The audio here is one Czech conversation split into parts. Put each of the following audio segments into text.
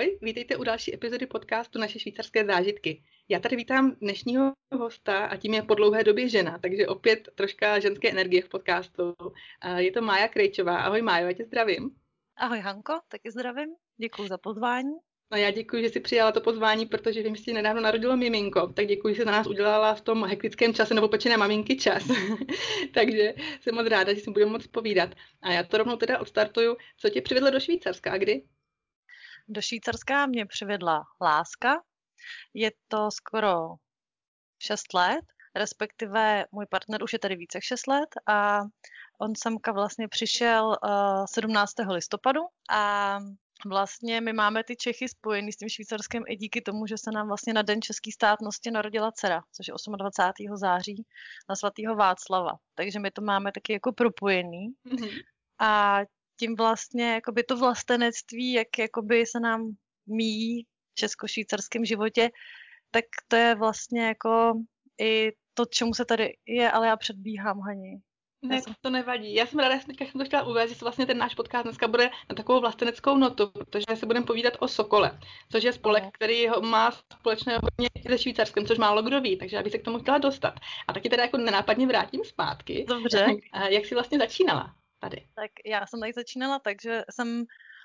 Ahoj, vítejte u další epizody podcastu Naše švýcarské zážitky. Já tady vítám dnešního hosta a tím je po dlouhé době žena, takže opět troška ženské energie v podcastu. Je to Mája Krejčová. Ahoj Májo, já tě zdravím. Ahoj Hanko, taky zdravím. Děkuji za pozvání. No já děkuji, že jsi přijala to pozvání, protože vím, že jsi nedávno narodilo miminko, tak děkuji, že jsi za nás udělala v tom hektickém čase novopečené maminky čas. Takže jsem moc ráda, že si budeme moc povídat. A já to rovnou teda odstartuju. Co tě přivedlo do Švýcarska a kdy? Do Švýcarska mě přivedla láska. Je to skoro 6 let, respektive můj partner už je tady více jak 6 let a on semka vlastně přišel 17. listopadu a vlastně my máme ty Čechy spojený s tím Švýcarskem i díky tomu, že se nám vlastně na den české státnosti narodila dcera, což je 28. září na svatého Václava. Takže my to máme taky jako propojený. Mm-hmm. A tím vlastně jakoby to vlastenectví, jak jakoby se nám míjí v česko-švýcarském životě, tak to je vlastně jako i to, čemu se tady je, ale já předbíhám, Hani. Ne, to nevadí. Já jsem ráda, že jsem to chtěla uvést, že vlastně ten náš podcast dneska bude na takovou vlasteneckou notu, protože se budeme povídat o Sokole, což je spolek, který má společného hodně se Švýcarskem, což málo kdo ví, takže já bych se k tomu chtěla dostat. A taky teda jako nenápadně vrátím zpátky. Dobře. Jak jsi vlastně začínala tady? Tak já jsem tady začínala, takže jsem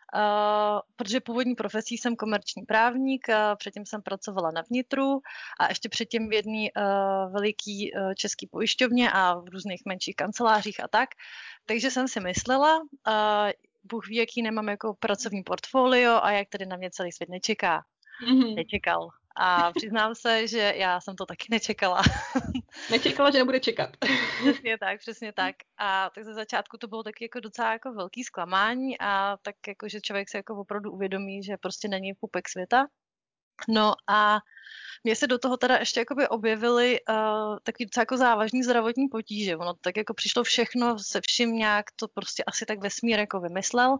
protože původní profesí jsem komerční právník, předtím jsem pracovala na vnitru a ještě předtím v jedné veliký české pojišťovně a v různých menších kancelářích a tak. Takže jsem si myslela, Bůh ví, jaký nemám jako pracovní portfolio a jak tady na mě celý svět nečeká. Mm-hmm. Nečekal. A přiznám se, že já jsem to taky nečekala. Nečekala, že nebude čekat. Přesně tak. A tak ze začátku to bylo taky jako docela jako velký zklamání a tak jako, že člověk se jako opravdu uvědomí, že prostě není pupek světa. No a mně se do toho teda ještě jakoby objevily taky docela jako závažný zdravotní potíže. Ono tak jako přišlo všechno se vším nějak, to prostě asi tak vesmír jako vymyslel,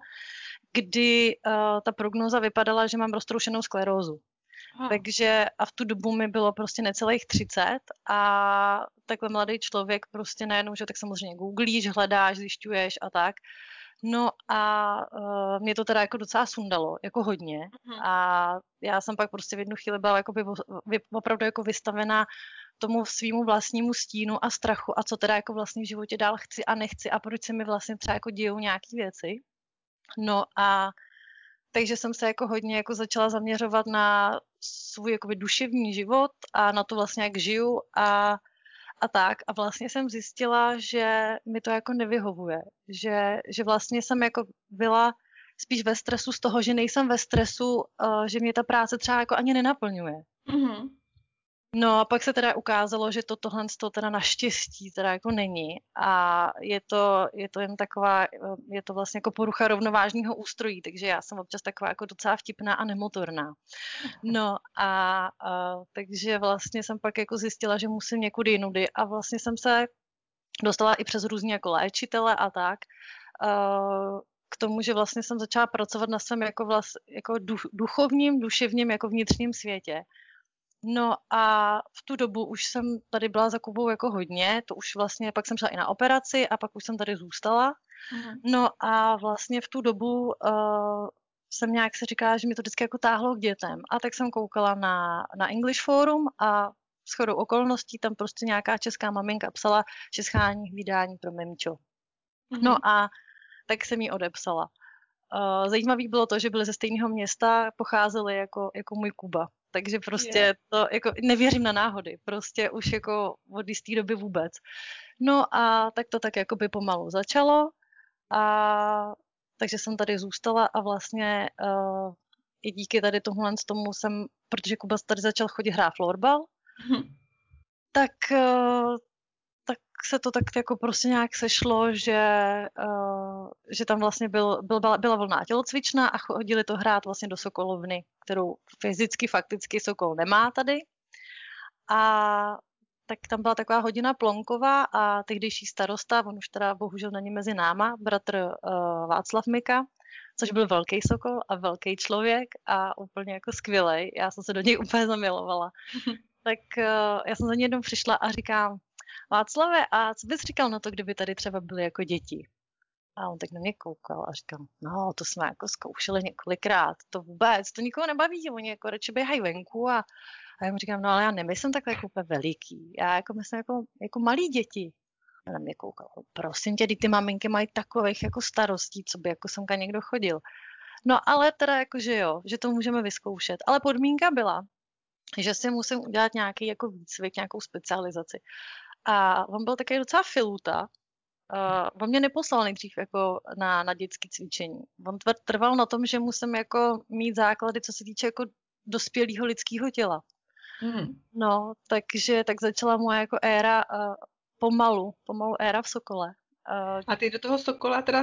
kdy ta prognóza vypadala, že mám roztroušenou sklerózu. Takže a v tu dobu mi bylo prostě necelých 30 a takhle mladý člověk prostě najednou, že tak samozřejmě googlíš, hledáš, zjišťuješ a tak. No a mě to teda jako docela sundalo, jako hodně. A já jsem pak prostě v jednu chvíli byla jakoby opravdu jako vystavená tomu svýmu vlastnímu stínu a strachu a co teda jako vlastně v životě dál chci a nechci a proč se mi vlastně třeba jako dějou nějaký věci. No a takže jsem se jako hodně jako začala zaměřovat na svůj jakoby duševní život a na to vlastně, jak žiju a tak. A vlastně jsem zjistila, že mi to jako nevyhovuje. Že vlastně jsem jako byla spíš ve stresu z toho, že nejsem ve stresu, že mě ta práce třeba jako ani nenaplňuje. Mm-hmm. No a pak se teda ukázalo, že tohle teda naštěstí teda jako není a je to jen taková, je to vlastně jako porucha rovnovážného ústrojí, takže já jsem občas taková jako docela vtipná a nemotorná. No a takže vlastně jsem pak jako zjistila, že musím někudy jinudy a vlastně jsem se dostala i přes různý jako léčitele a tak k tomu, že vlastně jsem začala pracovat na svém jako duchovním, duševním jako vnitřním světě. No a v tu dobu už jsem tady byla za Kubou jako hodně, to už vlastně, pak jsem šla i na operaci a pak už jsem tady zůstala. No a vlastně v tu dobu jsem nějak se říkala, že mi to vždycky jako táhlo k dětem. A tak jsem koukala na English Forum a shodou okolností tam prostě nějaká česká maminka psala, že schání vydání pro mimčo. No a tak jsem ji odepsala. Zajímavý bylo to, že byli ze stejného města, pocházeli jako můj Kuba. Takže prostě to jako nevěřím na náhody, prostě už jako od jisté doby vůbec. No a tak to tak jakoby pomalu začalo a takže jsem tady zůstala a vlastně i díky tady tomu jsem, protože Kuba tady začal chodit hrát florbal, tak se to tak jako prostě nějak sešlo, že tam vlastně byla volná tělocvična a chodili to hrát vlastně do Sokolovny, kterou fyzicky, fakticky Sokol nemá tady. A tak tam byla taková hodina Plonková a tehdejší starosta, on už teda bohužel není mezi náma, bratr Václav Mika, což byl velký Sokol a velký člověk a úplně jako skvělej. Já jsem se do něj úplně zamilovala. Tak já jsem za ní jednou přišla a říkám, Václave, a co bys říkal na to, kdyby tady třeba byly jako děti? A on tak na mě koukal a říkal, no, to jsme jako zkoušeli několikrát, to vůbec, to nikoho nebaví, oni jako radši běhají venku a já mu říkám, no ale já nemyslím takhle jako úplně veliký, já jako myslím jako malí děti. A na mě koukal, prosím tě, ty maminky mají takových jako starostí, co by jako semka někdo chodil. No ale teda jakože jo, že to můžeme vyzkoušet. Ale podmínka byla, že si musím udělat nějaký jako výcvik, nějakou specializaci. A on byl taky docela filuta. On mě neposlal nejdřív jako na dětské cvičení. On trval na tom, že musím jako mít základy, co se týče jako dospělého lidského těla. No, takže tak začala moje jako éra pomalu éra v Sokole. A ty do toho Sokola teda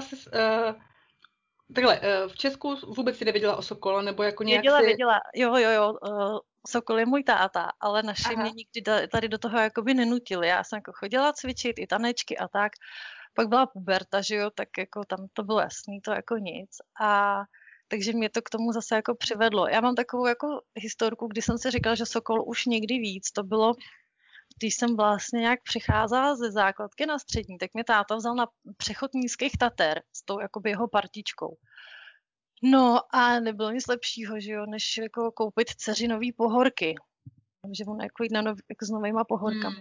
takhle, v Česku vůbec si nevěděla o Sokole, nebo jako nějak Věděla, jo, Sokol je můj táta, ale naši mě nikdy tady do toho jakoby nenutili. Já jsem jako chodila cvičit, i tanečky a tak. Pak byla puberta, že jo, tak jako tam to bylo jasný, to jako nic. A takže mě to k tomu zase jako přivedlo. Já mám takovou jako historku, kdy jsem si říkala, že Sokol už někdy víc. To bylo, když jsem vlastně nějak přicházela ze základky na střední, tak mě táta vzal na přechod Nízkých Tater s tou jakoby jeho partičkou. No a nebylo nic lepšího, že jo, než jako koupit dceři nový pohorky. Takže on jako jít jako s novýma pohorkami.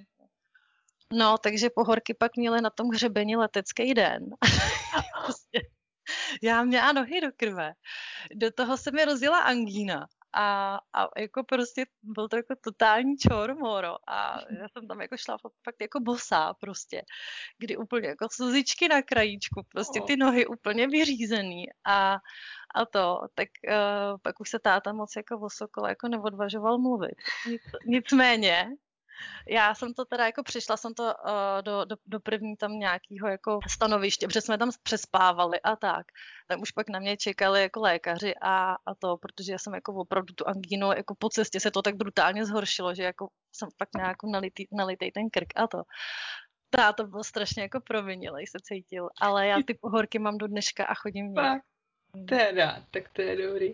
No, takže pohorky pak měly na tom hřebeni letecký den. Prostě já měla nohy do krve. Do toho se mi rozjela angína. A jako prostě byl to jako totální čormoro. A já jsem tam jako šla fakt jako bosá prostě. Kdy úplně jako slzičky na krajíčku. Prostě ty nohy úplně vyřízený. A tak pak už se táta moc jako o Sokole jako neodvažoval mluvit. Nicméně, já jsem to teda jako přišla jsem to do první tam nějakého jako stanoviště, protože jsme tam přespávali a tak. Tam už pak na mě čekali jako lékaři a protože já jsem jako opravdu tu angínu, jako po cestě se to tak brutálně zhoršilo, že jako jsem pak nějak jako nalitej ten krk a to. To byl strašně jako provinilej se cítil, ale já ty pohorky mám do dneška a chodím v nich. Teda, tak to je dobrý.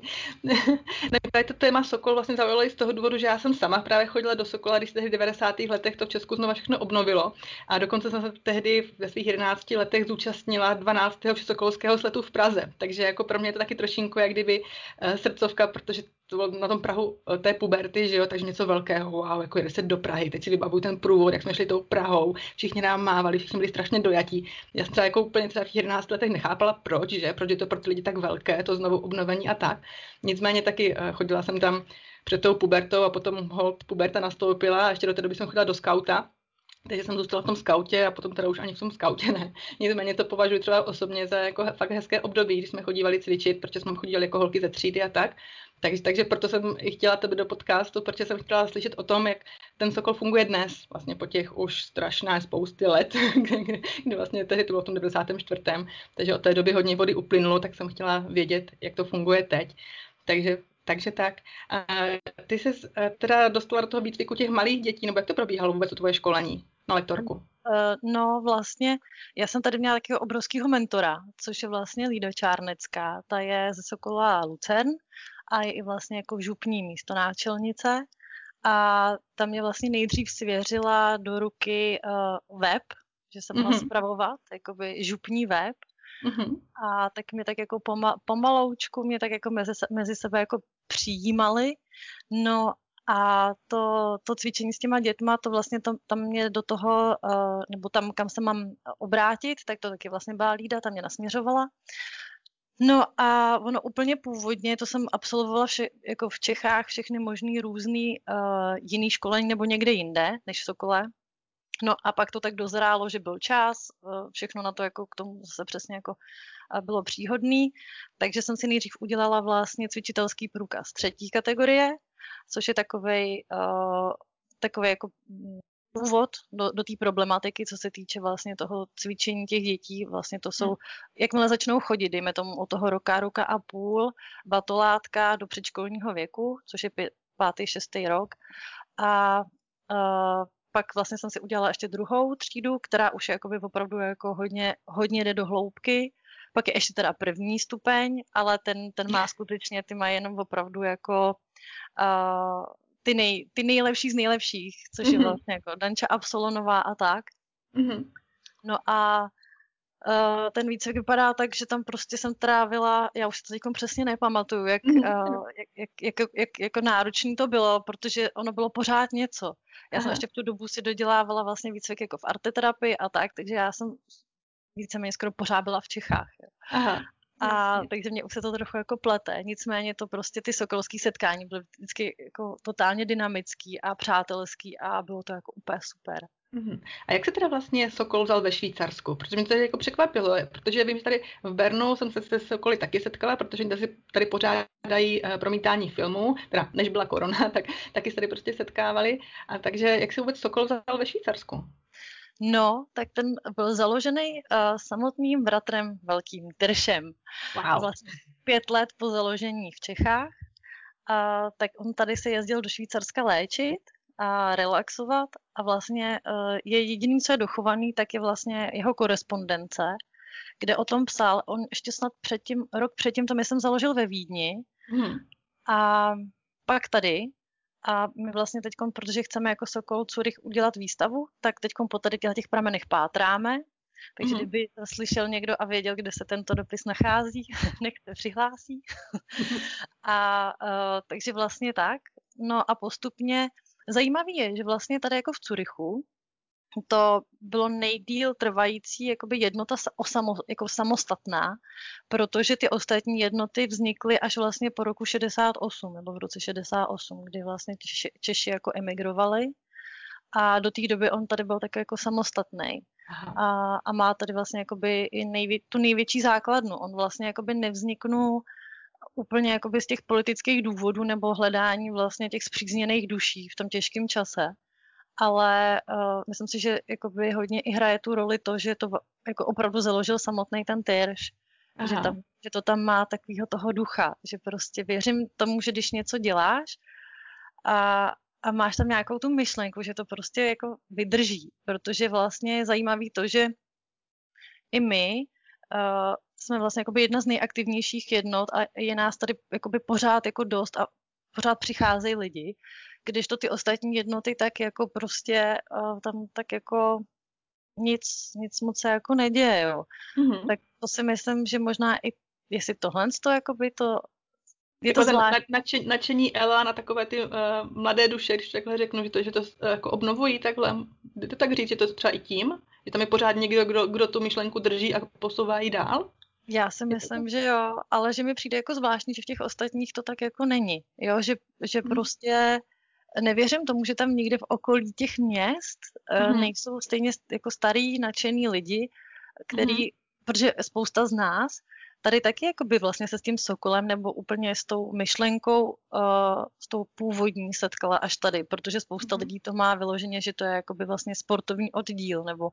Právě to téma Sokol vlastně zaujalo i z toho důvodu, že já jsem sama právě chodila do Sokola, když se tehdy v 90. letech to v Česku znova všechno obnovilo. A dokonce jsem se tehdy ve svých 11 letech zúčastnila 12. Sokolského sletu v Praze. Takže jako pro mě je to taky trošinku jak kdyby srdcovka, protože to bylo na tom Prahu té puberty, že jo, takže něco velkého, wow, jako jede se do Prahy, teď si vybavuju ten průvod, jak jsme šli tou Prahou, všichni nám mávali, všichni byli strašně dojatí. Já jsem třeba jako úplně třeba v 11 letech nechápala, proč je to pro ty lidi tak velké, to znovu obnovení a tak. Nicméně taky chodila jsem tam před tou pubertou a potom holt puberta nastoupila a ještě do té doby jsem chodila do skauta. Takže jsem zůstala v tom skautě a potom teda už ani v tom skautě ne. Nicméně to považuji třeba osobně za jako fakt hezké období, když jsme chodívali cvičit, protože jsme chodívali jako holky ze třídy a tak. Takže proto jsem i chtěla tebe do podcastu, protože jsem chtěla slyšet o tom, jak ten Sokol funguje dnes, vlastně po těch už strašné spousty let, kdy vlastně tehdy to bylo v tom 94. Takže od té doby hodně vody uplynulo, tak jsem chtěla vědět, jak to funguje teď. Takže tak. A ty jsi teda dostala do toho výcviku těch malých dětí, nebo jak to probíhalo vůbec to tvoje školení na lektorku? No vlastně, já jsem tady měla takového obrovského mentora, což je vlastně Lída Čárnecká. Ta je ze Sokola Lucern a je i vlastně jako župní místonáčelnice. A tam mě vlastně nejdřív svěřila do ruky web, že jsem mohla spravovat, jakoby župní web. A tak mě tak jako pomaloučku mě tak jako mezi sebe jako přijímali. No a to cvičení s těma dětma, to vlastně tam mě do toho, nebo tam, kam se mám obrátit, tak to taky vlastně byla Lída, tam mě nasměřovala. No a ono úplně původně, to jsem absolvovala jako v Čechách všechny možný různý jiný školení nebo někde jinde, než v Sokole. No a pak to tak dozrálo, že byl čas, všechno na to jako k tomu zase přesně jako bylo příhodný, takže jsem si nejdřív udělala vlastně cvičitelský průkaz 3. kategorie, což je takovej jako úvod do té problematiky, co se týče vlastně toho cvičení těch dětí. Vlastně to jsou, jakmile začnou chodit, dejme tomu od toho roka a půl, batolátka do předškolního věku, což je 5., 6. rok. A pak vlastně jsem si udělala ještě 2. třídu, která už je jakoby opravdu jako hodně jde do hloubky. Pak je ještě teda 1. stupeň, ale ten má skutečně, ty má jenom opravdu jako ty nejlepší z nejlepších, což je vlastně jako Danča Absolonová a tak. No a ten výcvik vypadá tak, že tam prostě jsem trávila, já už to teď přesně nepamatuju, jak náročný to bylo, protože ono bylo pořád něco. Já jsem ještě v tu dobu si dodělávala vlastně výcvik jako v arteterapii a tak, takže já jsem víceméně skoro pořád byla v Čechách. Jo. Aha. A takže mě už se to trochu jako plete. Nicméně to prostě ty sokolský setkání byly vždycky jako totálně dynamický a přátelský a bylo to jako úplně super. A jak se teda vlastně Sokol vzal ve Švýcarsku? Protože mě to jako překvapilo, protože vím, že tady v Bernu jsem se Sokoly taky setkala, protože tady pořádají promítání filmů, teda než byla korona, tak taky se tady prostě setkávali. A takže jak se vůbec Sokol vzal ve Švýcarsku? No, tak ten byl založený samotným bratrem velkým Tyršem. Wow. Vlastně 5 let po založení v Čechách. Tak on tady se jezdil do Švýcarska léčit a relaxovat a vlastně je jediný, co je dochovaný, tak je vlastně jeho korespondence, kde o tom psal. On ještě snad rok předtím to myslím založil ve Vídni a pak tady. A my vlastně teď, protože chceme jako Sokol Curych udělat výstavu, tak teď po tady těch pramenech pátráme. Takže kdyby slyšel někdo a věděl, kde se tento dopis nachází, nech se přihlásí. Takže vlastně tak. No a postupně zajímavý je, že vlastně tady jako v Curychu to bylo nejdýl trvající jakoby jednota jako samostatná, protože ty ostatní jednoty vznikly až vlastně po roku 68, nebo v roce 68, kdy vlastně Češi jako emigrovali a do té doby on tady byl tak jako samostatný. A má tady vlastně jakoby i tu největší základnu. On vlastně jakoby nevzniknul úplně jakoby z těch politických důvodů nebo hledání vlastně těch spřízněných duší v tom těžkém čase. Ale myslím si, že jakoby hodně i hraje tu roli to, že to jako opravdu založil samotný ten Tyrš. Že to tam má takového toho ducha. Že prostě věřím tomu, že když něco děláš a máš tam nějakou tu myšlenku, že to prostě jako vydrží. Protože vlastně je zajímavý to, že i my jsme vlastně jakoby jedna z nejaktivnějších jednot a je nás tady jakoby pořád jako dost a pořád přicházejí lidi, když to ty ostatní jednoty tak jako prostě tam tak jako nic moc se jako neděje, jo. Tak to si myslím, že možná i jestli tohle jakoby to je to zvláštní. Nadšení Ela na takové ty mladé duše, když takhle řeknu, že to jako obnovují takhle. Jde to tak říct, že to třeba i tím? Že tam je pořád někdo, kdo tu myšlenku drží a posouvá ji dál? Já si myslím, že jo, ale že mi přijde jako zvláštní, že v těch ostatních to tak jako není. Jo, že prostě nevěřím tomu, že tam někde v okolí těch měst nejsou stejně jako starý, nadšený lidi, který, protože spousta z nás tady taky jakoby vlastně se s tím Sokolem nebo úplně s tou myšlenkou, s tou původní setkala až tady, protože spousta lidí to má vyloženě, že to je jakoby vlastně sportovní oddíl, nebo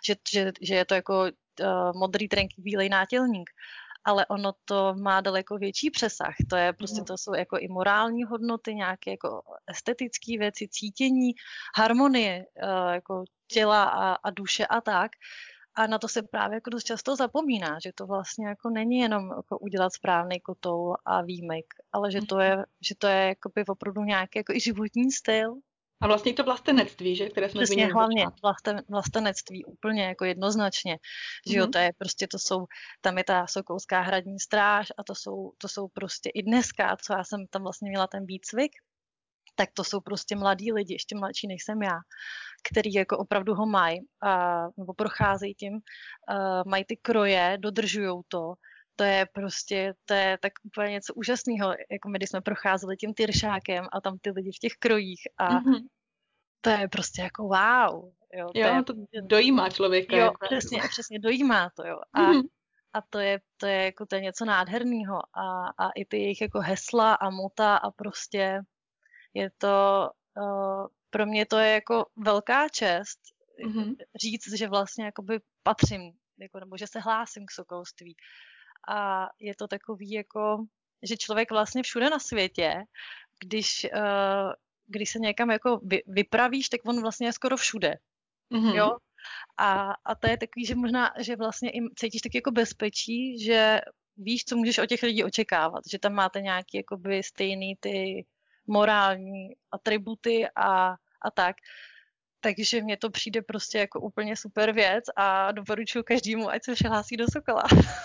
že je to jako modrý trenky, bílej nátělník. Ale ono to má daleko větší přesah. To je prostě, to jsou jako i morální hodnoty, nějaké jako estetické věci, cítění, harmonie jako těla a duše a tak. A na to se právě jako dost často zapomíná, že to vlastně jako není jenom jako udělat správný kotoul a výmek, ale že to je jakoby opravdu nějaký jako i životní styl. A vlastně to vlastenectví, že? Které jsme zmínili. Hlavně vlastenectví úplně jako jednoznačně, že jo, to je prostě, tam je ta Sokolská hradní stráž a to jsou prostě i dneska, co já jsem tam vlastně měla ten výcvik, tak to jsou prostě mladí lidi, ještě mladší než jsem já, který jako opravdu ho mají, nebo procházejí tím, mají ty kroje, dodržujou to. To je tak úplně něco úžasného, jako my, když jsme procházeli tím Tyršákem a tam ty lidi v těch krojích a to je prostě jako wow. Jo, to dojímá člověka. Jo, přesně dojímá to, jo. A to je jako to je něco nádherného a i ty jejich jako hesla a mota a prostě je to, pro mě to je jako velká čest říct, že vlastně jakoby patřím, jako, nebo že se hlásím k sokolství. A je to takový jako, že člověk vlastně všude na světě, když se někam jako vypravíš, tak on vlastně je skoro všude. Jo? A to je takový, že možná, že vlastně i cítíš taky jako bezpečí, že víš, co můžeš od těch lidí očekávat, že tam máte nějaký jakoby stejný ty morální atributy a tak. Takže mně to přijde prostě jako úplně super věc a doporučuji každému, ať se přihlásí do Sokola.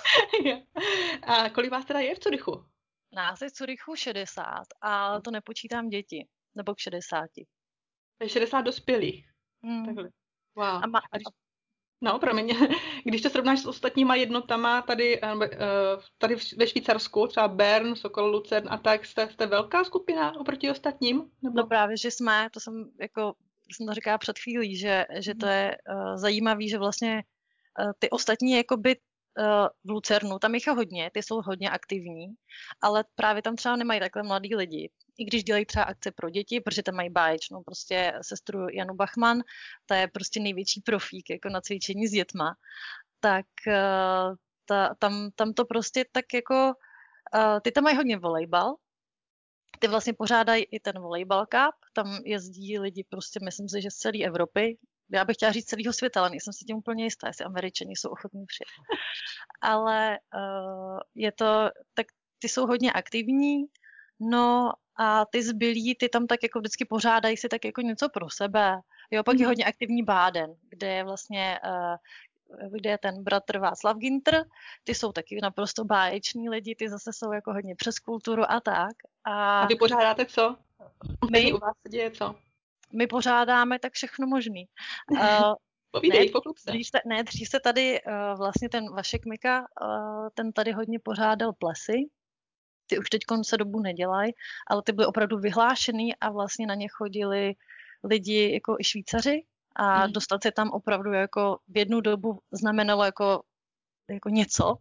A kolik vás teda je v Curychu? Nás je v Curychu 60, a to nepočítám děti, nebo k 60. To je 60 dospělých. Takhle. Wow. No, promiň. Když to srovnáš s ostatníma jednotama tady ve Švýcarsku, třeba Bern, Sokol, Lucern a tak, jste velká skupina oproti ostatním? Nebo? No právě, že jsme, to jsem to říkala před chvílí, že to je zajímavý, že vlastně ty ostatní jakoby v Lucernu, tam jich je hodně, ty jsou hodně aktivní, ale právě tam třeba nemají takhle mladí lidi. I když dělají třeba akce pro děti, protože tam mají báječnou prostě sestru Janu Bachmann, ta je prostě největší profík jako na cvičení s dětma, tak tam to prostě tak jako, ty tam mají hodně volejbal, ty vlastně pořádají i ten volejbal cup, tam jezdí lidi prostě, myslím si, že z celé Evropy, já bych chtěla říct celého světa, ale nejsem si tím úplně jistá, jestli Američani jsou ochotní přijet. Ale je to, tak ty jsou hodně aktivní, no a ty zbylí, ty tam tak jako vždycky pořádají si tak jako něco pro sebe. Jo, pak je hodně aktivní Báden, kde je vlastně, kde je ten bratr Václav Ginter, ty jsou taky naprosto báječní lidi, ty zase jsou jako hodně přes kulturu a tak. A vy pořádáte co? U vás se děje co? My pořádáme tak všechno možný. Povídej, poklup se. Dřív se tady vlastně ten Vašek Mika, ten tady hodně pořádal plesy. Ty už teď se dobu nedělají, ale ty byly opravdu vyhlášený a vlastně na ně chodili lidi jako i Švýcaři a dostat se tam opravdu jako v jednu dobu znamenalo jako něco.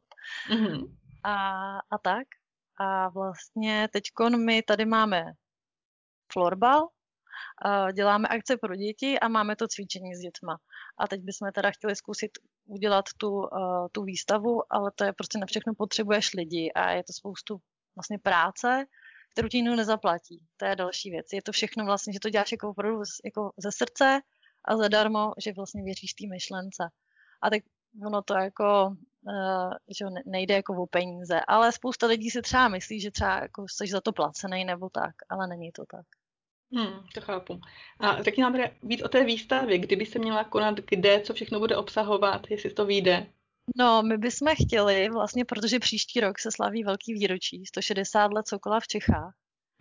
A tak. A vlastně teďkon my tady máme florbal, děláme akce pro děti a máme to cvičení s dětma. A teď bychom teda chtěli zkusit udělat tu výstavu, ale to je prostě na všechno potřebuješ lidi a je to spoustu vlastně práce, kterou ti nikdo nezaplatí. To je další věc. Je to všechno vlastně, že to děláš jako opravdu jako ze srdce a zadarmo, že vlastně věříš té myšlence. A tak ono to jako, že nejde jako o peníze, ale spousta lidí si třeba myslí, že třeba jako jsi za to placený nebo tak, ale není to tak. To chápu. A řekni nám tedy víc o té výstavě, kdyby se měla konat, kde, co všechno bude obsahovat, jestli to vyjde. No, my bychom chtěli vlastně, protože příští rok se slaví velký výročí, 160 let Sokola v Čechách.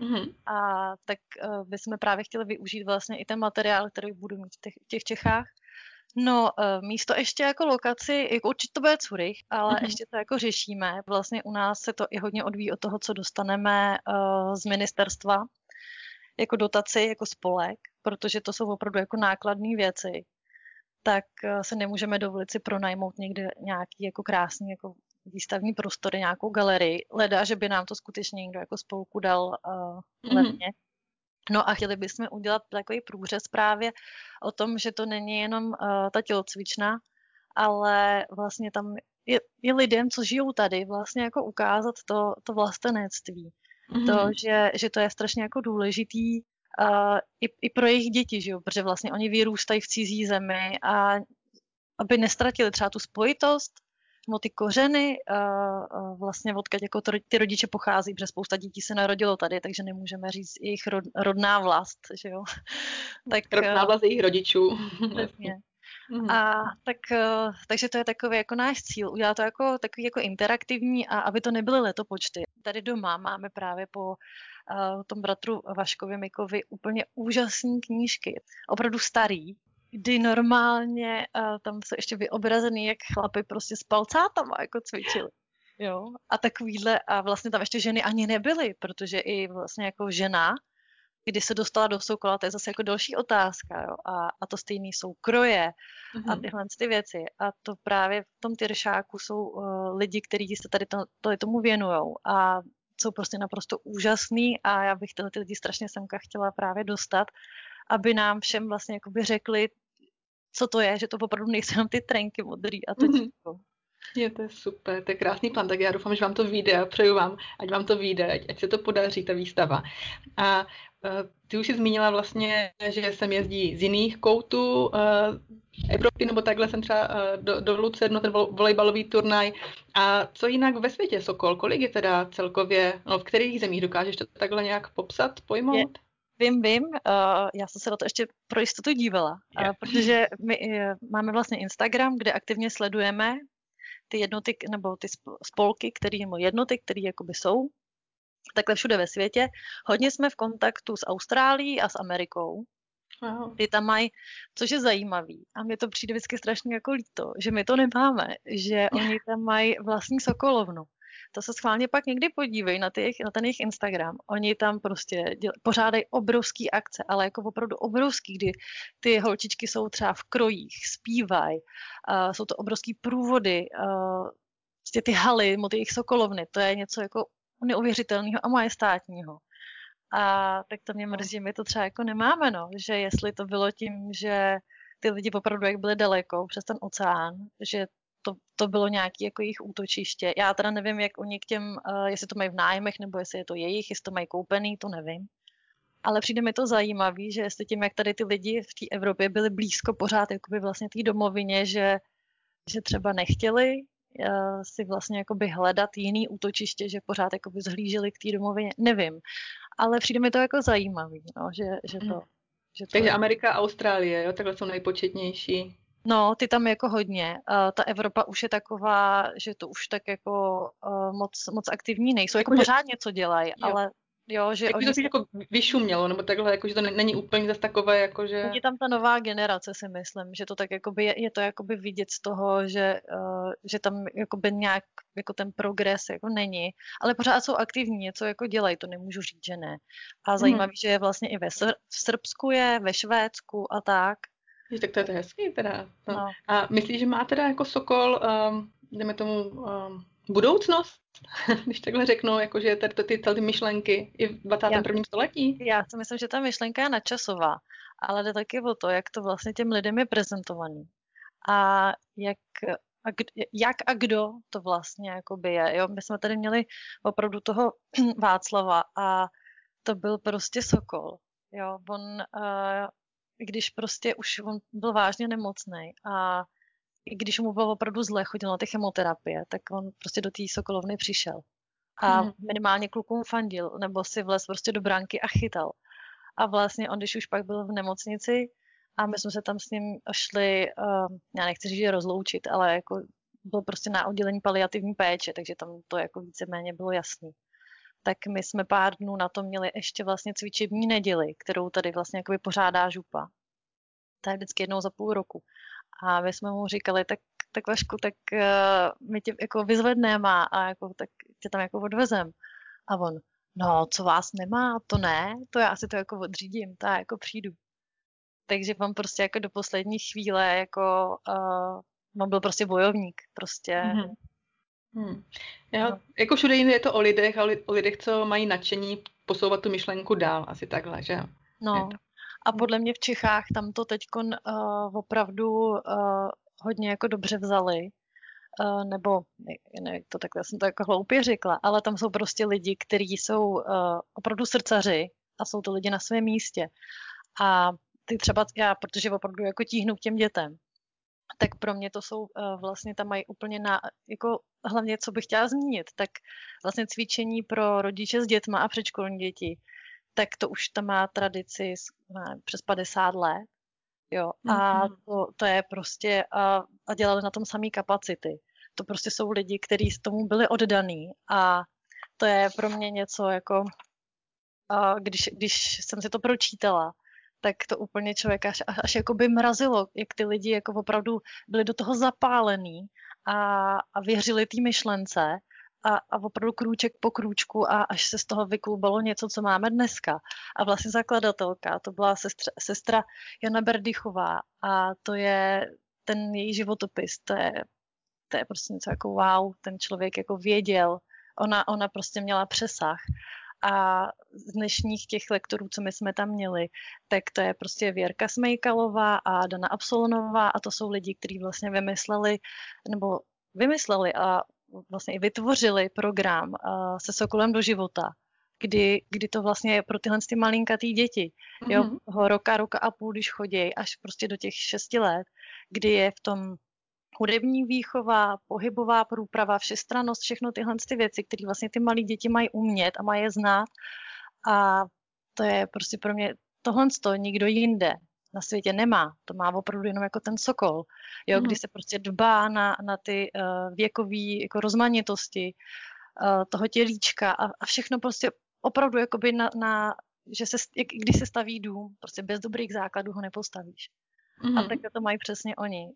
A tak bychom právě chtěli využít vlastně i ten materiál, který budu mít v těch Čechách. No, místo ještě jako lokaci, jako určitě to bude Curych, ale ještě to jako řešíme. Vlastně u nás se to i hodně odvíjí od toho, co dostaneme z ministerstva, jako dotaci, jako spolek, protože to jsou opravdu jako nákladné věci, tak se nemůžeme dovolit si pronajmout někde nějaký jako krásný jako výstavní prostory, nějakou galerii. Leda, že by nám to skutečně někdo jako spolku dal levně. No a chtěli bychom udělat takový průřez právě o tom, že to není jenom ta tělocvična, ale vlastně tam je lidem, co žijou tady, vlastně jako ukázat to vlastenectví. To, že to je strašně jako důležitý i pro jejich děti, že jo? Protože vlastně oni vyrůstají v cizí zemi a aby nestratili třeba tu spojitost, nebo ty kořeny, vlastně odkud jako ty rodiče pochází, protože spousta dětí se narodilo tady, takže nemůžeme říct jejich rodná vlast, že jo? Tak, rodná vlast jejich rodičů. Přesně. A takže to je takový jako náš cíl, udělat to jako takový jako interaktivní a aby to nebyly letopočty. Tady doma máme právě po tom bratru Vaškovi Mikovi úplně úžasné knížky, opravdu starý, kdy normálně tam jsou ještě vyobrazený, jak chlapi prostě s palcátama jako cvičili. Jo? A takovýhle, a vlastně tam ještě ženy ani nebyly, protože i vlastně jako žena, kdy se dostala do Sokola, to je zase jako další otázka. Jo? A to stejný jsou kroje a tyhle ty věci. A to právě v tom Tyršáku jsou lidi, kteří se tady tomu věnujou a jsou prostě naprosto úžasný a já bych ty lidi strašně semka chtěla právě dostat, aby nám všem vlastně jakoby řekli, co to je, že to opravdu nejsou jenom ty trenky modrý a to tíko. Je to super, to je krásný plán, tak já doufám, že vám to vyjde a přeju vám, ať vám to vyjde, ať se to podaří, ta výstava. A ty už jsi zmínila vlastně, že sem jezdí z jiných koutů Evropy, nebo takhle jsem třeba do Lucernu, ten volejbalový turnaj. A co jinak ve světě, Sokol? Kolik je teda celkově, v kterých zemích dokážeš to takhle nějak popsat, pojmout? Vím, já jsem se na to ještě pro jistotu dívala, protože my máme vlastně Instagram, kde aktivně sledujeme ty jednoty, nebo ty spolky, jednoty, které jakoby jsou takhle všude ve světě. Hodně jsme v kontaktu s Austrálií a s Amerikou. Wow. Ty tam mají, což je zajímavý. A mně to přijde vždycky strašně jako líto, že my to nemáme, že oni tam mají vlastní sokolovnu. To se schválně pak někdy podívej na ten jejich Instagram. Oni tam prostě pořádají obrovský akce, ale jako opravdu obrovský, kdy ty holčičky jsou třeba v krojích, zpívají, jsou to obrovský průvody, prostě ty haly, ty jejich sokolovny, to je něco jako neuvěřitelného a majestátního. A tak to mě mrzí, že my to třeba jako nemáme, no. Že jestli to bylo tím, že ty lidi opravdu jak byli daleko přes ten oceán, že to bylo nějaké jako jejich útočiště. Já teda nevím, jak oni k těm, jestli to mají v nájmech, nebo jestli je to jejich, jestli to mají koupený, to nevím. Ale přijde mi to zajímavý, že jestli tím, jak tady ty lidi v té Evropě byli blízko pořád jakoby vlastně té domovině, že třeba nechtěli si vlastně jakoby hledat jiný útočiště, že pořád jakoby zhlíželi k té domovině, nevím. Ale přijde mi to jako zajímavý, no, že to... Takže je... Amerika a Austrálie, jo, takhle jsou nejpočetnější. No, ty tam jako hodně. Ta Evropa už je taková, že to už tak jako moc aktivní nejsou. Jako pořád něco dělají, ale jo, že oni... to jako vyšumělo, nebo takhle, jako, že to není úplně zase takové, jako že... Je tam ta nová generace, si myslím, že to tak jakoby je to jakoby vidět z toho, že tam jakoby nějak jako ten progres jako není, ale pořád jsou aktivní, něco jako dělají, to nemůžu říct, že ne. A zajímavý, že je vlastně i v Srbsku je, ve Švédsku a tak. Tak to je hezký teda. No. A myslíš, že má teda jako Sokol, jdeme tomu, budoucnost? Když takhle řeknu, jakože ty myšlenky i v 21. století? Já si myslím, že ta myšlenka je nadčasová, ale jde taky o to, jak to vlastně těm lidem je prezentovaný. A jak a kdo to vlastně jakoby je. Jo? My jsme tady měli opravdu toho Václava a to byl prostě Sokol. Jo? Když prostě už on byl vážně nemocný a i když mu bylo opravdu zle, chodil na ty chemoterapie, tak on prostě do té Sokolovny přišel. A minimálně klukům fandil, nebo si vlez prostě do bránky a chytal. A vlastně on, když už pak byl v nemocnici a my jsme se tam s ním šli, já nechci říct, že rozloučit, ale jako byl prostě na oddělení paliativní péče, takže tam to jako víceméně bylo jasný. Tak my jsme pár dnů na to měli ještě vlastně cvičební neděli, kterou tady vlastně jakoby pořádá župa. To je vždycky jednou za půl roku. A my jsme mu říkali, tak Vašku, tak my tě jako vyzvedneme a jako, tak tě tam jako odvezem. A on, no, co vás nemá, to ne, to já si to jako odřídím, to já jako přijdu. Takže on prostě jako do poslední chvíle jako, on byl prostě bojovník, prostě. Jo, jako všude jinde je to o lidech a o lidech, co mají nadšení posouvat tu myšlenku dál, asi takhle, že jo? No, a podle mě v Čechách tam to teďkon opravdu hodně jako dobře vzali. Nebo ne, to takhle, já jsem to jako hloupě řekla, ale tam jsou prostě lidi, kteří jsou opravdu srdcaři a jsou to lidi na svém místě. A ty třeba já, protože opravdu jako tíhnu k těm dětem, tak pro mě to jsou vlastně tam mají úplně jako hlavně, co bych chtěla zmínit, tak vlastně cvičení pro rodiče s dětma a předškolní děti, tak to už tam má tradici přes 50 let. Jo, a to je prostě, a dělali na tom samý kapacity. To prostě jsou lidi, kteří s tomu byli oddaný a to je pro mě něco jako, když jsem si to pročítala, tak to úplně člověka až jako by mrazilo, jak ty lidi jako opravdu byli do toho zapálení a věřili té myšlence a opravdu krůček po krůčku a až se z toho vyklubalo něco, co máme dneska. A vlastně zakladatelka, to byla sestra Jana Berdychová a to je ten její životopis, to je prostě něco jako wow, ten člověk jako věděl, ona prostě měla přesah. A z dnešních těch lektorů, co my jsme tam měli, tak to je prostě Věrka Smejkalová a Dana Absolonová a to jsou lidi, kteří vlastně vymysleli a vlastně i vytvořili program se Sokolem do života, kdy to vlastně je pro tyhle ty malinkatý děti. Jo, roka a půl, když chodí až prostě do těch 6 let, kdy je v tom hudební výchova, pohybová průprava, všestrannost, všechno tyhle ty věci, které vlastně ty malí děti mají umět a mají je znát. A to je prostě pro mě, tohle nikdo jinde na světě nemá. To má opravdu jenom jako ten Sokol. Jo, kdy se prostě dbá na ty věkový jako rozmanitosti toho tělíčka a všechno prostě opravdu jakoby že když se staví dům, prostě bez dobrých základů ho nepostavíš. A tak to mají přesně oni,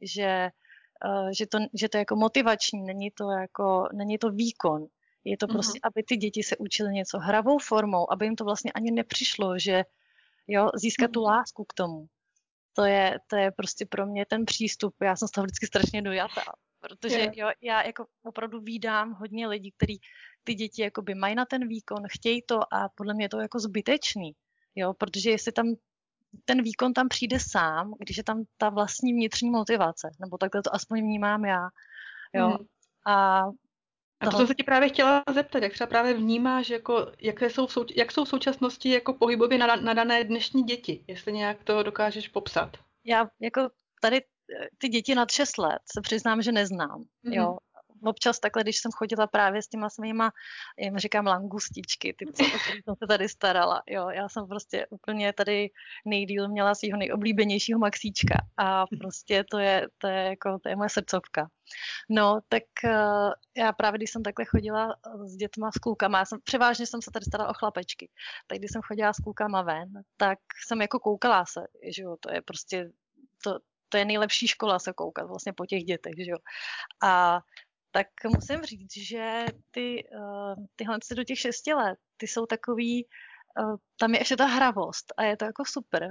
že to je jako motivační, není to výkon. Je to prostě, aby ty děti se učily něco hravou formou, aby jim to vlastně ani nepřišlo, že jo, získat tu lásku k tomu. To je prostě pro mě ten přístup. Já jsem z toho vždycky strašně dojatá, protože jo, já jako opravdu vídám hodně lidí, kteří ty děti jakoby mají na ten výkon, chtějí to a podle mě je to jako zbytečný, jo, protože jestli tam ten výkon tam přijde sám, když je tam ta vlastní vnitřní motivace, nebo takhle to aspoň vnímám já, jo. A to jsem se ti právě chtěla zeptat, jak třeba právě vnímáš, jako, jak jsou v současnosti jako pohybově nadané dnešní děti, jestli nějak to dokážeš popsat. Já jako tady ty děti nad 6 let se přiznám, že neznám, jo. Občas takhle, když jsem chodila právě s těma svýma, jim říkám langustičky, ty, o který jsem se tady starala, jo, já jsem prostě úplně tady nejdýl měla svýho nejoblíbenějšího Maxíčka a prostě to je moje srdcovka. No, tak já právě, když jsem takhle chodila s dětma, s klukama, převážně jsem se tady starala o chlapečky, tak když jsem chodila s klukama ven, tak jsem jako koukala se, že jo, to je prostě, to je nejlepší škola se koukat vlastně po těch dětech, že jo. A tak musím říct, že tyhle do těch 6 let, ty jsou takový, tam je ještě ta hravost a je to jako super.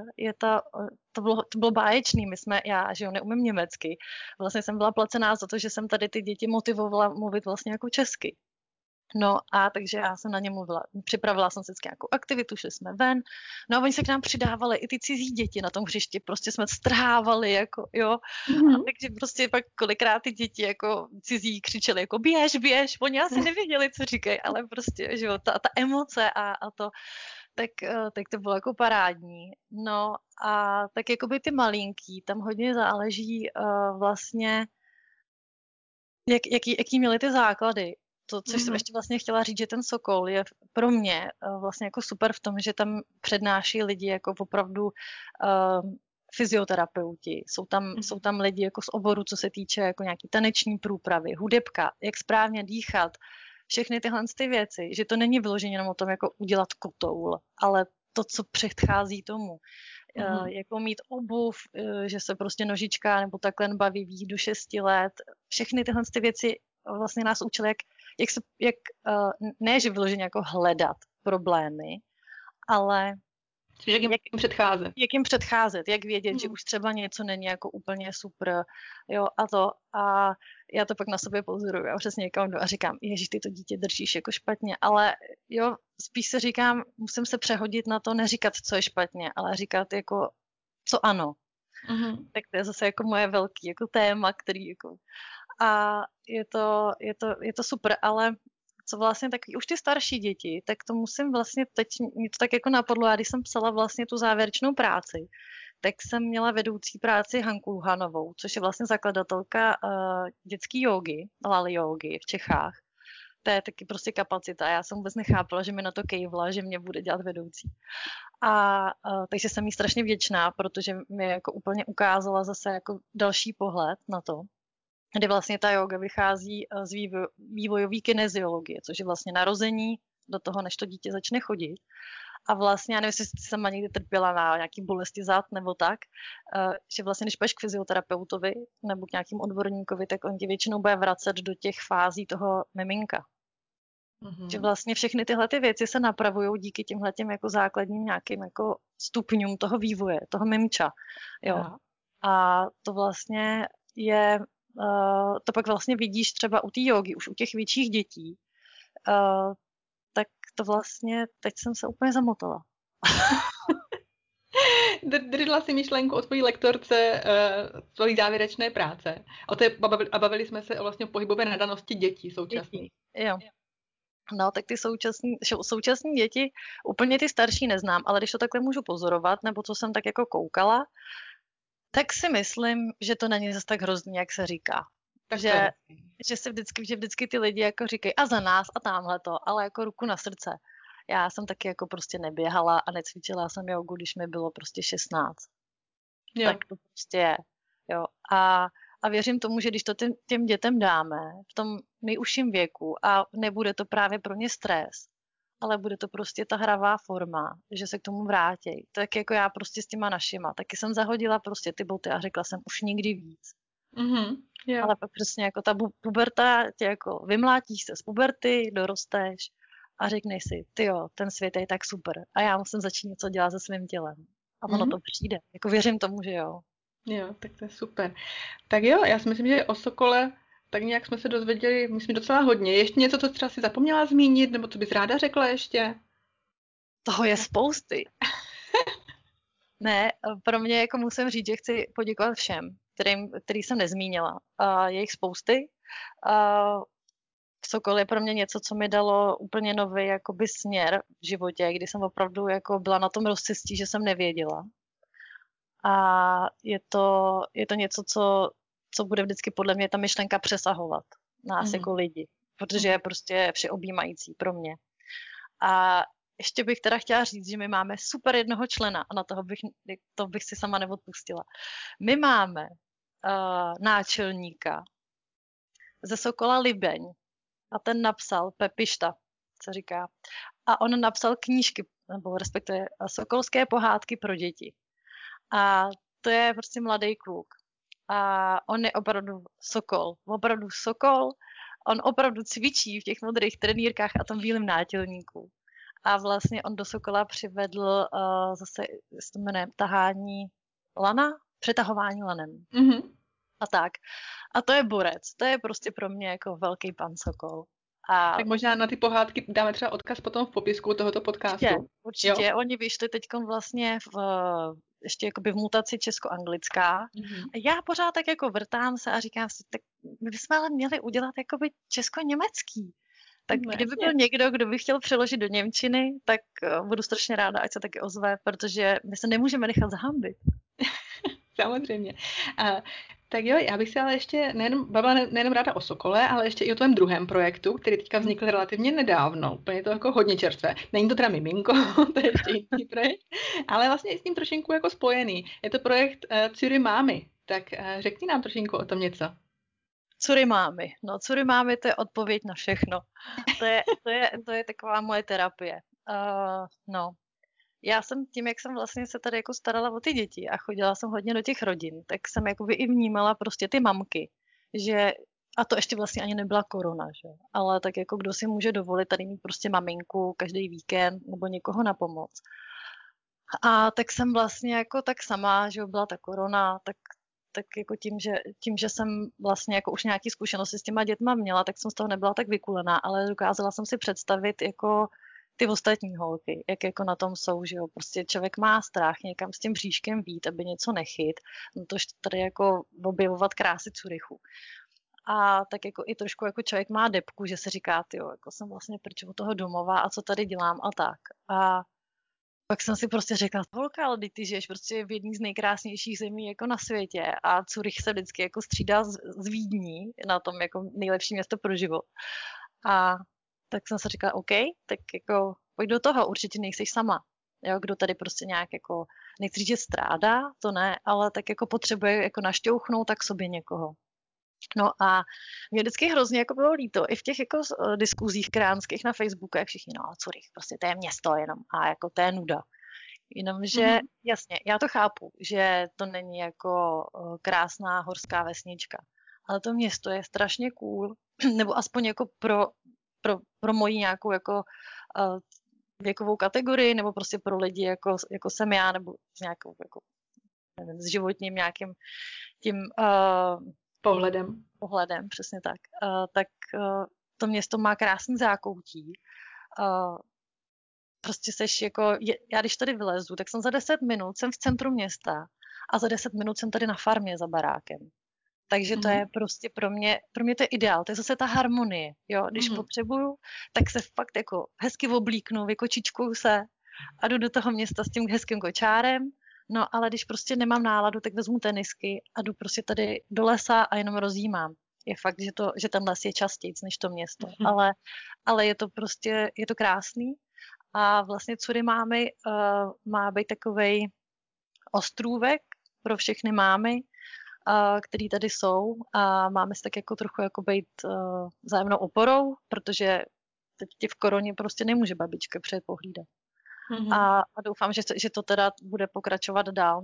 To bylo báječný, já, že jo, neumím německy. Vlastně jsem byla placená za to, že jsem tady ty děti motivovala mluvit vlastně jako česky. No a takže já jsem na ně mluvila, připravila jsem si nějakou aktivitu, šli jsme ven, no a oni se k nám přidávali, i ty cizí děti na tom hřišti, prostě jsme strhávali, jako jo, a takže prostě pak kolikrát ty děti jako cizí křičeli jako běž, oni asi nevěděli, co říkají, ale prostě, že jo, ta emoce a to, tak to bylo jako parádní, no a tak jakoby ty malinký, tam hodně záleží vlastně, jaký měli ty základy. To, což jsem ještě vlastně chtěla říct, že ten Sokol je pro mě vlastně jako super v tom, že tam přednáší lidi jako opravdu fyzioterapeuti, jsou tam lidi jako z oboru, co se týče jako nějaký taneční průpravy, hudebka, jak správně dýchat, všechny tyhle ty věci, že to není vyloženě jenom o tom jako udělat kotoul, ale to, co předchází tomu. Jako mít obuv, že se prostě nožička nebo takhle baví ví do 6 let. Všechny tyhle ty věci vlastně nás učili, ne, že vyloženě jako hledat problémy, ale jak jim předcházet, jak vědět, že už třeba něco není jako úplně super, jo, a já to pak na sobě pozoruju, já přesně někam jdu a říkám, ježiš, ty to dítě držíš jako špatně, ale jo, spíš se říkám, musím se přehodit na to, neříkat, co je špatně, ale říkat jako, co ano. Tak to je zase jako moje velký jako téma, který jako, a je to super, ale co vlastně takový už ty starší děti, tak to musím vlastně, teď mě to tak jako napadlo, já když jsem psala vlastně tu závěrečnou práci, tak jsem měla vedoucí práci Hanku Luhanovou, což je vlastně zakladatelka dětský jógy, Lali jógy v Čechách. To je taky prostě kapacita. Já jsem vůbec nechápala, že mi na to kejvla, že mě bude dělat vedoucí. Takže jsem jí strašně vděčná, protože mi jako úplně ukázala zase jako další pohled na to, kdy vlastně ta jóga vychází z vývojové kineziologie, což je vlastně narození do toho, než to dítě začne chodit. A vlastně, já nevím, jestli jsem někdy trpěla na nějaký bolesti zad nebo tak, že vlastně, když půjdeš k fyzioterapeutovi nebo k nějakým odborníkovi, tak on ti většinou bude vracet do těch fází toho miminka. Že vlastně všechny tyhle ty věci se napravují díky těmhletěm jako základním nějakým jako stupňům toho vývoje, toho mimča. Jo. A to vlastně je to pak vlastně vidíš třeba u té jógy, už u těch větších dětí, tak to vlastně, teď jsem se úplně zamotala. Držela si myšlenku o tvojí lektorce tvojí závěrečné práce. A bavili jsme se o vlastně pohybové nadanosti dětí současných. Jo. No, tak ty současní děti, úplně ty starší neznám, ale když to takhle můžu pozorovat, nebo co jsem tak jako koukala, tak si myslím, že to není zase tak hrozný, jak se říká. Že vždycky ty lidi jako říkají a za nás a támhle to, ale jako ruku na srdce. Já jsem taky jako prostě neběhala a necvičila jsem jogu, když mi bylo prostě 16. Jo. Tak to prostě je. Jo. A věřím tomu, že když to těm dětem dáme v tom nejužším věku a nebude to právě pro ně stres, ale bude to prostě ta hravá forma, že se k tomu vrátí. Tak jako já prostě s těma našima. Taky jsem zahodila prostě ty boty a řekla jsem už nikdy víc. Jo. Ale pak přesně jako ta puberta tě jako vymlátíš se z puberty, dorosteš a řekneš si, tyjo, ten svět je tak super a já musím začít něco dělat se svým tělem. A ono to přijde. Jako věřím tomu, že jo. Jo, tak to je super. Tak jo, já si myslím, že o Sokole tak nějak jsme se dozvěděli, myslím, docela hodně. Ještě něco, co třeba si zapomněla zmínit, nebo co bys ráda řekla ještě? Toho je spousty. Ne, pro mě jako musím říct, že chci poděkovat všem, který jsem nezmínila. Je jich spousty. Sokol je pro mě něco, co mi dalo úplně nový jakoby směr v životě, kdy jsem opravdu jako byla na tom rozcestí, že jsem nevěděla. A je to něco, co bude vždycky podle mě ta myšlenka přesahovat nás jako lidi, protože je prostě všeobjímající pro mě. A ještě bych teda chtěla říct, že my máme super jednoho člena a na to bych si sama neodpustila. My máme náčelníka ze Sokola Libeň a ten napsal Pepišta, co říká. A on napsal knížky, nebo respektive sokolské pohádky pro děti. A to je prostě mladý kluk. A on je opravdu sokol. On opravdu cvičí v těch modrých trenýrkách a tom bílém nátělníku. A vlastně on do Sokola přivedl zase, jak se to jmenuje, přetahování lanem. A tak. A to je borec. To je prostě pro mě jako velký pan Sokol. Tak možná na ty pohádky dáme třeba odkaz potom v popisku tohoto podcastu. Určitě. Jo? Oni vyšli teď vlastně ještě jakoby v mutaci česko-anglická. A já pořád tak jako vrtám se a říkám si, tak my bychom ale měli udělat jakoby česko-německý. Tak kdyby byl někdo, kdo by chtěl přeložit do němčiny, tak budu strašně ráda, ať se taky ozve, protože my se nemůžeme nechat zahambit. Samozřejmě. Tak jo, já bych si ale ještě bavila nejenom ráda o Sokole, ale ještě i o tvém druhém projektu, který teďka vznikl relativně nedávno. Úplně to jako hodně čerstvé. Není to teda miminko, to je ještě jiný projekt, ale vlastně je s tím trošinku jako spojený. Je to projekt Cury mámy. Tak řekni nám trošinku o tom něco. Cury mámy. No, cury mámy, to je odpověď na všechno. To je taková moje terapie. No. Já jsem tím, jak jsem vlastně se tady jako starala o ty děti a chodila jsem hodně do těch rodin, tak jsem jakoby i vnímala prostě ty mamky, že, a to ještě vlastně ani nebyla korona, že? Ale tak jako kdo si může dovolit tady mít prostě maminku každý víkend nebo někoho na pomoc. A tak jsem vlastně jako tak sama, že byla ta korona, tak jako tím, že jsem vlastně jako už nějaký zkušenosti s těma dětma měla, tak jsem z toho nebyla tak vykulená, ale dokázala jsem si představit jako ty ostatní holky, jak jako na tom jsou, že jo, prostě člověk má strach někam s tím bříškem vít, aby něco nechyt, no to tady jako objevovat krásy Curychu. A tak jako i trošku jako člověk má depku, že se říká, tyjo, jako jsem vlastně pryč od toho domova a co tady dělám a tak. A pak jsem si prostě řekla, holka, ale ty žiješ prostě v jedné z nejkrásnějších zemí jako na světě a Curych se vždycky jako střídá z Vídní na tom jako nejlepší město pro život. A tak jsem si říkala, OK, tak jako pojď do toho, určitě nejseš sama. Jo, kdo tady prostě nějak jako, nechci říct, že strádá, to ne, ale tak jako potřebuje jako našťouchnout tak sobě někoho. No a mě vždycky hrozně jako bylo líto, i v těch jako diskuzích kránských na Facebooku, jak všichni, no Curych, prostě to je město jenom a jako to je nuda. Jenomže, jasně, já to chápu, že to není jako krásná horská vesnička, ale to město je strašně cool, nebo aspoň jako pro moji nějakou jako věkovou kategorii, nebo prostě pro lidi jako jsem já, nebo s nějakou jako, nevím, s životním nějakým tím pohledem, přesně tak. Tak to město má krásný zákoutí. Prostě seš jako, já když tady vylezu, tak jsem za 10 minut, jsem v centru města a za 10 minut jsem tady na farmě za barákem. Takže to je prostě pro mě to je ideál, to je zase ta harmonie, jo, když potřebuju, tak se fakt jako hezky oblíknu, vykočičkuju se a jdu do toho města s tím hezkým kočárem, no ale když prostě nemám náladu, tak vezmu tenisky a jdu prostě tady do lesa a jenom rozjímám. Je fakt, že ten les je častějc než to město, ale je to prostě, je to krásný a vlastně Cury mámy má být takovej ostrůvek pro všechny mámy, který tady jsou a máme si tak jako trochu jako být vzájemnou oporou, protože teď ti v koroně prostě nemůže babička přijet pohlídat. A doufám, že to teda bude pokračovat dál,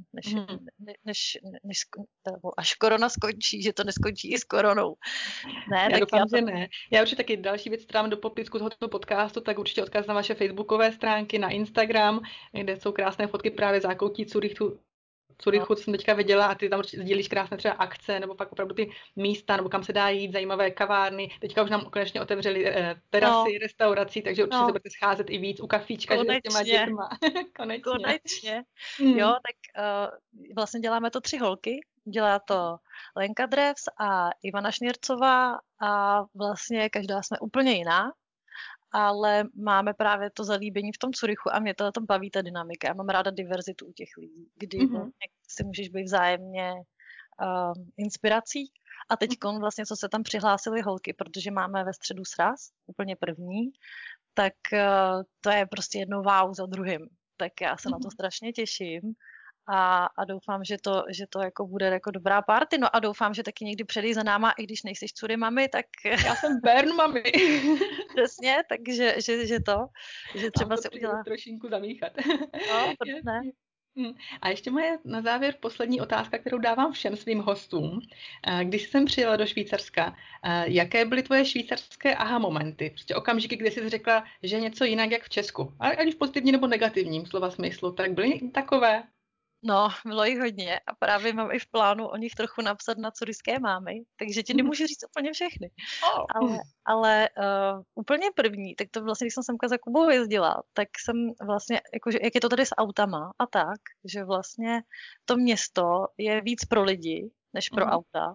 nebo až korona skončí, že to neskončí i s koronou. Ne, já doufám, že ne. Já určitě taky další věc, která mám do popisku tohoto podcastu, tak určitě odkaz na vaše facebookové stránky, na Instagram, kde jsou krásné fotky právě zákoutí Curychu, co jsem teďka viděla, a ty tam určitě sdílíš krásné třeba akce, nebo fakt opravdu ty místa, nebo kam se dá jít, zajímavé kavárny. Teďka už nám konečně otevřeli terasy, restaurací, takže určitě se budete scházet i víc u kafíčka, že s těma dětma. Konečně. Jo, tak vlastně děláme to 3 holky. Dělá to Lenka Drevs a Ivana Šněrcová a vlastně každá jsme úplně jiná, ale máme právě to zalíbení v tom Curychu a mě to baví ta dynamika. Já mám ráda diverzitu u těch lidí, kdy vlastně si můžeš být vzájemně inspirací. A teď vlastně, co se tam přihlásily holky, protože máme ve středu sraz, úplně první, tak to je prostě jedno wow za druhým. Tak já se na to strašně těším. A doufám, že to jako bude jako dobrá party. No a doufám, že taky někdy přijdeš za náma, i když nejsiš Cury mami, tak... Já jsem Bern mami. Přesně, takže že třeba se udělá... trošinku zamíchat. No, ne. A ještě moje na závěr poslední otázka, kterou dávám všem svým hostům. Když jsem přijela do Švýcarska, jaké byly tvoje švýcarské aha momenty? Prostě okamžiky, kdy jsi řekla, že je něco jinak jak v Česku. Ať už v pozitivním nebo negativním slova smyslu, tak byly takové? No, bylo jich hodně a právě mám i v plánu o nich trochu napsat na Curyské mámy, takže ti nemůžu říct úplně všechny. Ale úplně první, tak to vlastně, když jsem semka za Kubou jezdila, tak jsem vlastně, jakože, jak je to tady s autama a tak, že vlastně to město je víc pro lidi, než pro auta.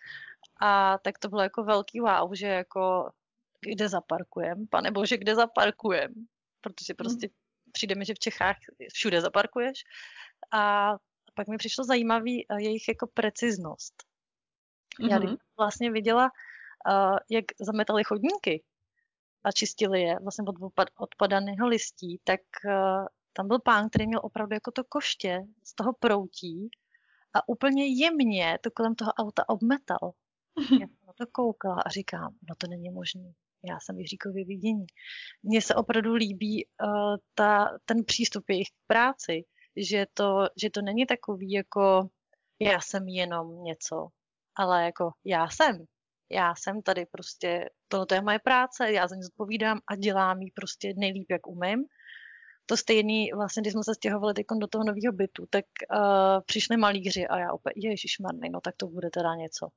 A tak to bylo jako velký wow, že jako kde zaparkujem, panebože, kde zaparkujem, protože prostě přijde mi, že v Čechách všude zaparkuješ. A pak mi přišlo zajímavý jejich jako preciznost. Já když vlastně viděla, jak zametali chodníky a čistili je vlastně od odpadaného listí, tak tam byl pán, který měl opravdu jako to koště z toho proutí a úplně jemně to kolem toho auta obmetal. Já jsem na to koukala a říkám, no to není možné. Já jsem Jiříkově vidění. Mně se opravdu líbí ten přístup jejich k práci, že to není takový jako já jsem jenom něco, ale jako já jsem tady prostě, tohle je moje práce, já za ní zodpovídám a dělám ji prostě nejlíp, jak umím. To stejný, vlastně, když jsme se stěhovali do toho nového bytu, tak přišli malíři a já opět, ježišmarnej, no tak to bude teda něco.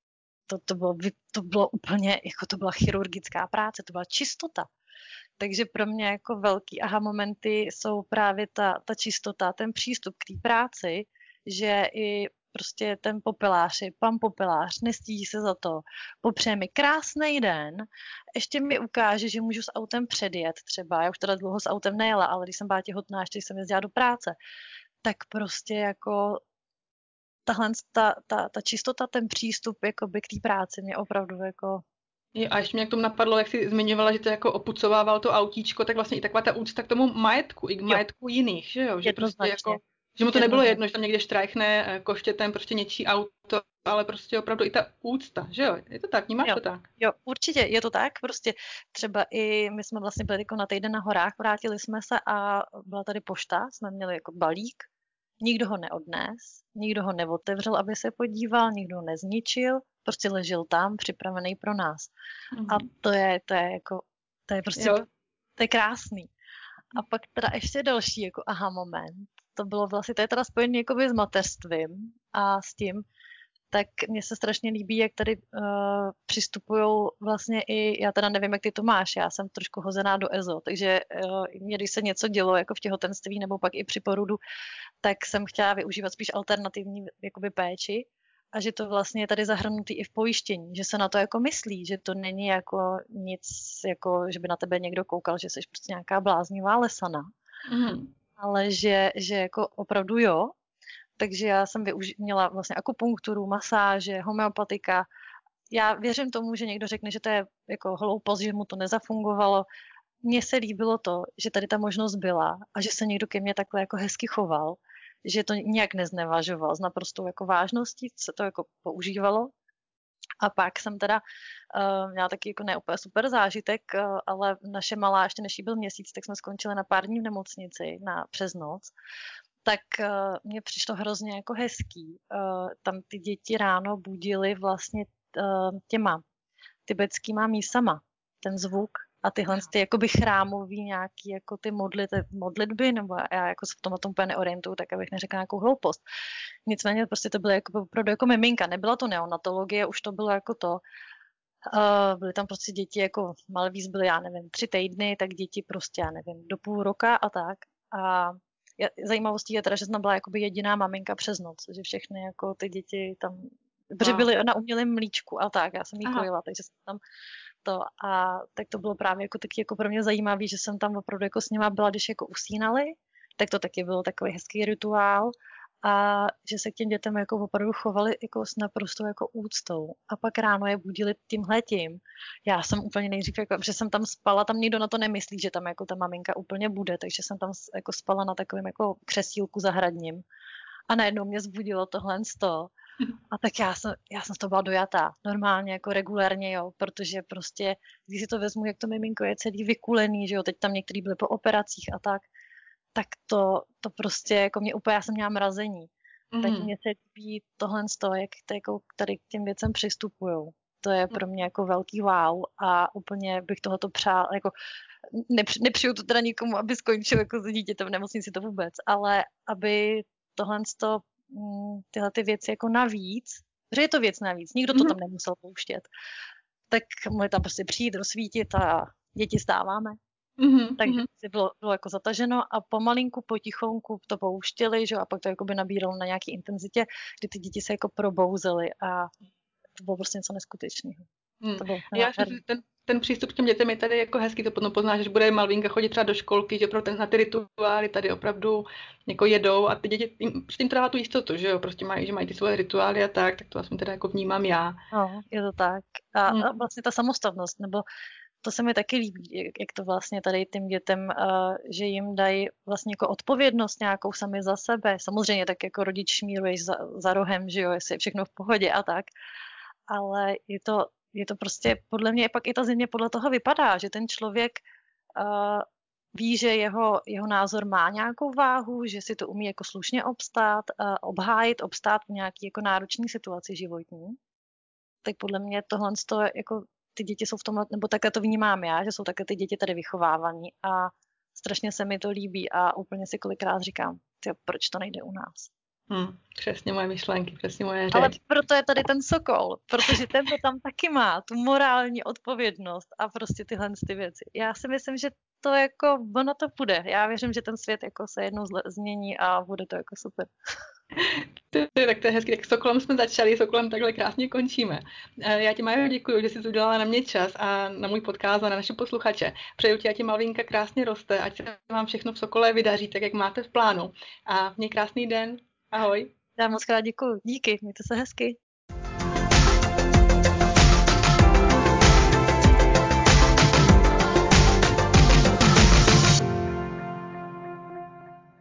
To bylo úplně, jako to byla chirurgická práce, to byla čistota. Takže pro mě jako velký aha momenty jsou právě ta čistota, ten přístup k té práci, že i prostě ten popelář, pan popelář, nestydí se za to, popřeje mi krásný den, ještě mi ukáže, že můžu s autem předjet třeba, já už teda dlouho s autem nejela, ale když jsem byla těhotná, ještě jsem jezdila do práce, tak prostě jako tahle ta čistota, ten přístup jakoby k té práci mě opravdu jako... Jo, a ještě mě k tomu napadlo, jak jsi zmiňovala, že to jako opucovával to autíčko, tak vlastně i taková ta úcta k tomu majetku, i k majetku jiných, že jo? Že prostě jako, že mu to nebylo jedno, že tam někde štrajchne koštětem prostě něčí auto, ale prostě opravdu i ta úcta, že jo? Je to tak, vnímáš to tak? Jo, určitě je to tak, prostě třeba i my jsme vlastně byli jako na týden na horách, vrátili jsme se a byla tady pošta, jsme měli jako balík, nikdo ho neodnes, nikdo ho neotevřel, aby se podíval, nikdo ho nezničil, prostě ležel tam, připravený pro nás. A to je jako, to je prostě, to je krásný. A pak teda ještě další jako aha moment, to bylo vlastně, to je teda spojený jakoby s mateřstvím a s tím, tak mně se strašně líbí, jak tady přistupujou vlastně i, já teda nevím, jak ty to máš, já jsem trošku hozená do EZO, takže mě, když se něco dělo jako v těhotenství nebo pak i při porodu, tak jsem chtěla využívat spíš alternativní jakoby péči a že to vlastně je tady zahrnutý i v pojištění, že se na to jako myslí, že to není jako nic, jako že by na tebe někdo koukal, že jsi prostě nějaká bláznivá lesana, ale že jako opravdu jo. Takže já jsem měla vlastně akupunkturu, masáže, homeopatika. Já věřím tomu, že někdo řekne, že to je jako hloupost, že mu to nezafungovalo. mně se líbilo to, že tady ta možnost byla a že se někdo ke mně takhle jako hezky choval, že to nějak neznevažoval, s naprostou jako vážností se to jako používalo. A pak jsem teda měla taky jako ne úplně super zážitek, ale naše malá, ještě než jí byl měsíc, tak jsme skončili na pár dní v nemocnici přes noc. Tak mně přišlo hrozně jako hezký. Tam ty děti ráno budily vlastně těma tibetskýma mísama. Ten zvuk a tyhle ty jakoby chrámový nějaký jako ty modlitby, nebo já jako se v tom úplně neorientuju, tak abych neřekla nějakou hloupost. Nicméně prostě to bylo jako opravdu jako miminka, nebyla to neonatologie, už to bylo jako to. Byly tam prostě děti jako Malvíz byly, já nevím, 3 týdny, tak děti prostě, já nevím, do půl roka a tak. A zajímavostí je teda, že jsem byla jakoby jediná maminka přes noc, že všechny jako ty děti tam, protože byly na umělém mlíčku a tak, já jsem jí kojila, takže jsem tam to a tak to bylo právě jako taky jako pro mě zajímavý, že jsem tam opravdu jako s nima byla, když jako usínali, tak to taky bylo takový hezký rituál a že se k těm dětem jako opravdu chovali jako s naprosto jako úctou a pak ráno je budili tímhletím. Já jsem úplně nejdřív, jako, že jsem tam spala, tam nikdo na to nemyslí, že tam jako ta maminka úplně bude, takže jsem tam jako spala na takovém jako křesílku zahradním a najednou mě zbudilo tohle z toho. A tak já jsem z toho byla dojatá. Normálně, jako regulérně, jo, protože prostě, když si to vezmu, jak to miminko je celý vykulený, že jo, teď tam některý byli po operacích a tak to prostě, jako mě úplně, já jsem měla mrazení. Tak mě se líbí tohle z toho, jak jako tady k těm věcem přistupujou. To je pro mě jako velký wow a úplně bych tohoto přála, jako nepřiju to teda nikomu, aby skončil jako s dítětem v nemocnici, to vůbec, ale aby tohle z toho tyhle ty věci jako navíc, že je to věc navíc, nikdo to tam nemusel pouštět, tak mohli tam prostě přijít, rozsvítit a děti stáváme. Takže bylo jako zataženo a pomalinku, potichonku to pouštěli, že a pak to jakoby nabíralo na nějaký intenzitě, kdy ty děti se jako probouzely a to bylo prostě něco neskutečného. Já ten přístup k těm dětem je tady jako hezký, to potom poznáš, že bude Malvínka chodit třeba do školky, že pro na ty rituály tady opravdu jako jedou a ty děti tím trvá tu jistotu, že jo, prostě že mají ty svoje rituály a tak to aspoň teda jako vnímám já. No, je to tak. A vlastně ta samostatnost, nebo to se mi taky líbí, jak to vlastně tady těm dětem, že jim dají vlastně jako odpovědnost nějakou sami za sebe. Samozřejmě tak jako rodič šmíruješ za rohem, že jo, jestli je všechno v pohodě a tak. Ale je to prostě, podle mě pak i ta země podle toho vypadá, že ten člověk ví, že jeho názor má nějakou váhu, že si to umí jako slušně obstát v nějaký jako náročné situaci životní. Tak podle mě tohle jako ty děti jsou v tomhle, nebo takhle to vnímám já, že jsou také ty děti tady vychovávaní a strašně se mi to líbí a úplně si kolikrát říkám, proč to nejde u nás. Přesně moje myšlenky, přesně moje řeč. Ale proto je tady ten Sokol, protože ten to tam taky má, tu morální odpovědnost a prostě tyhle ty věci. Já si myslím, že to jako, ono to bude. Já věřím, že ten svět jako se jednou změní a bude to jako super. Tak to je hezky, tak Sokolem jsme začali, Sokolem takhle krásně končíme. Já ti, Majo, děkuji, že jsi udělala na mě čas a na můj podcast a na naše posluchače. Přeju ti, ať ti Malvínka krásně roste, ať se vám všechno v Sokole vydaří, tak jak máte v plánu. A měj krásný den. Ahoj. Já moc krát děkuji. Díky, mějte se hezky.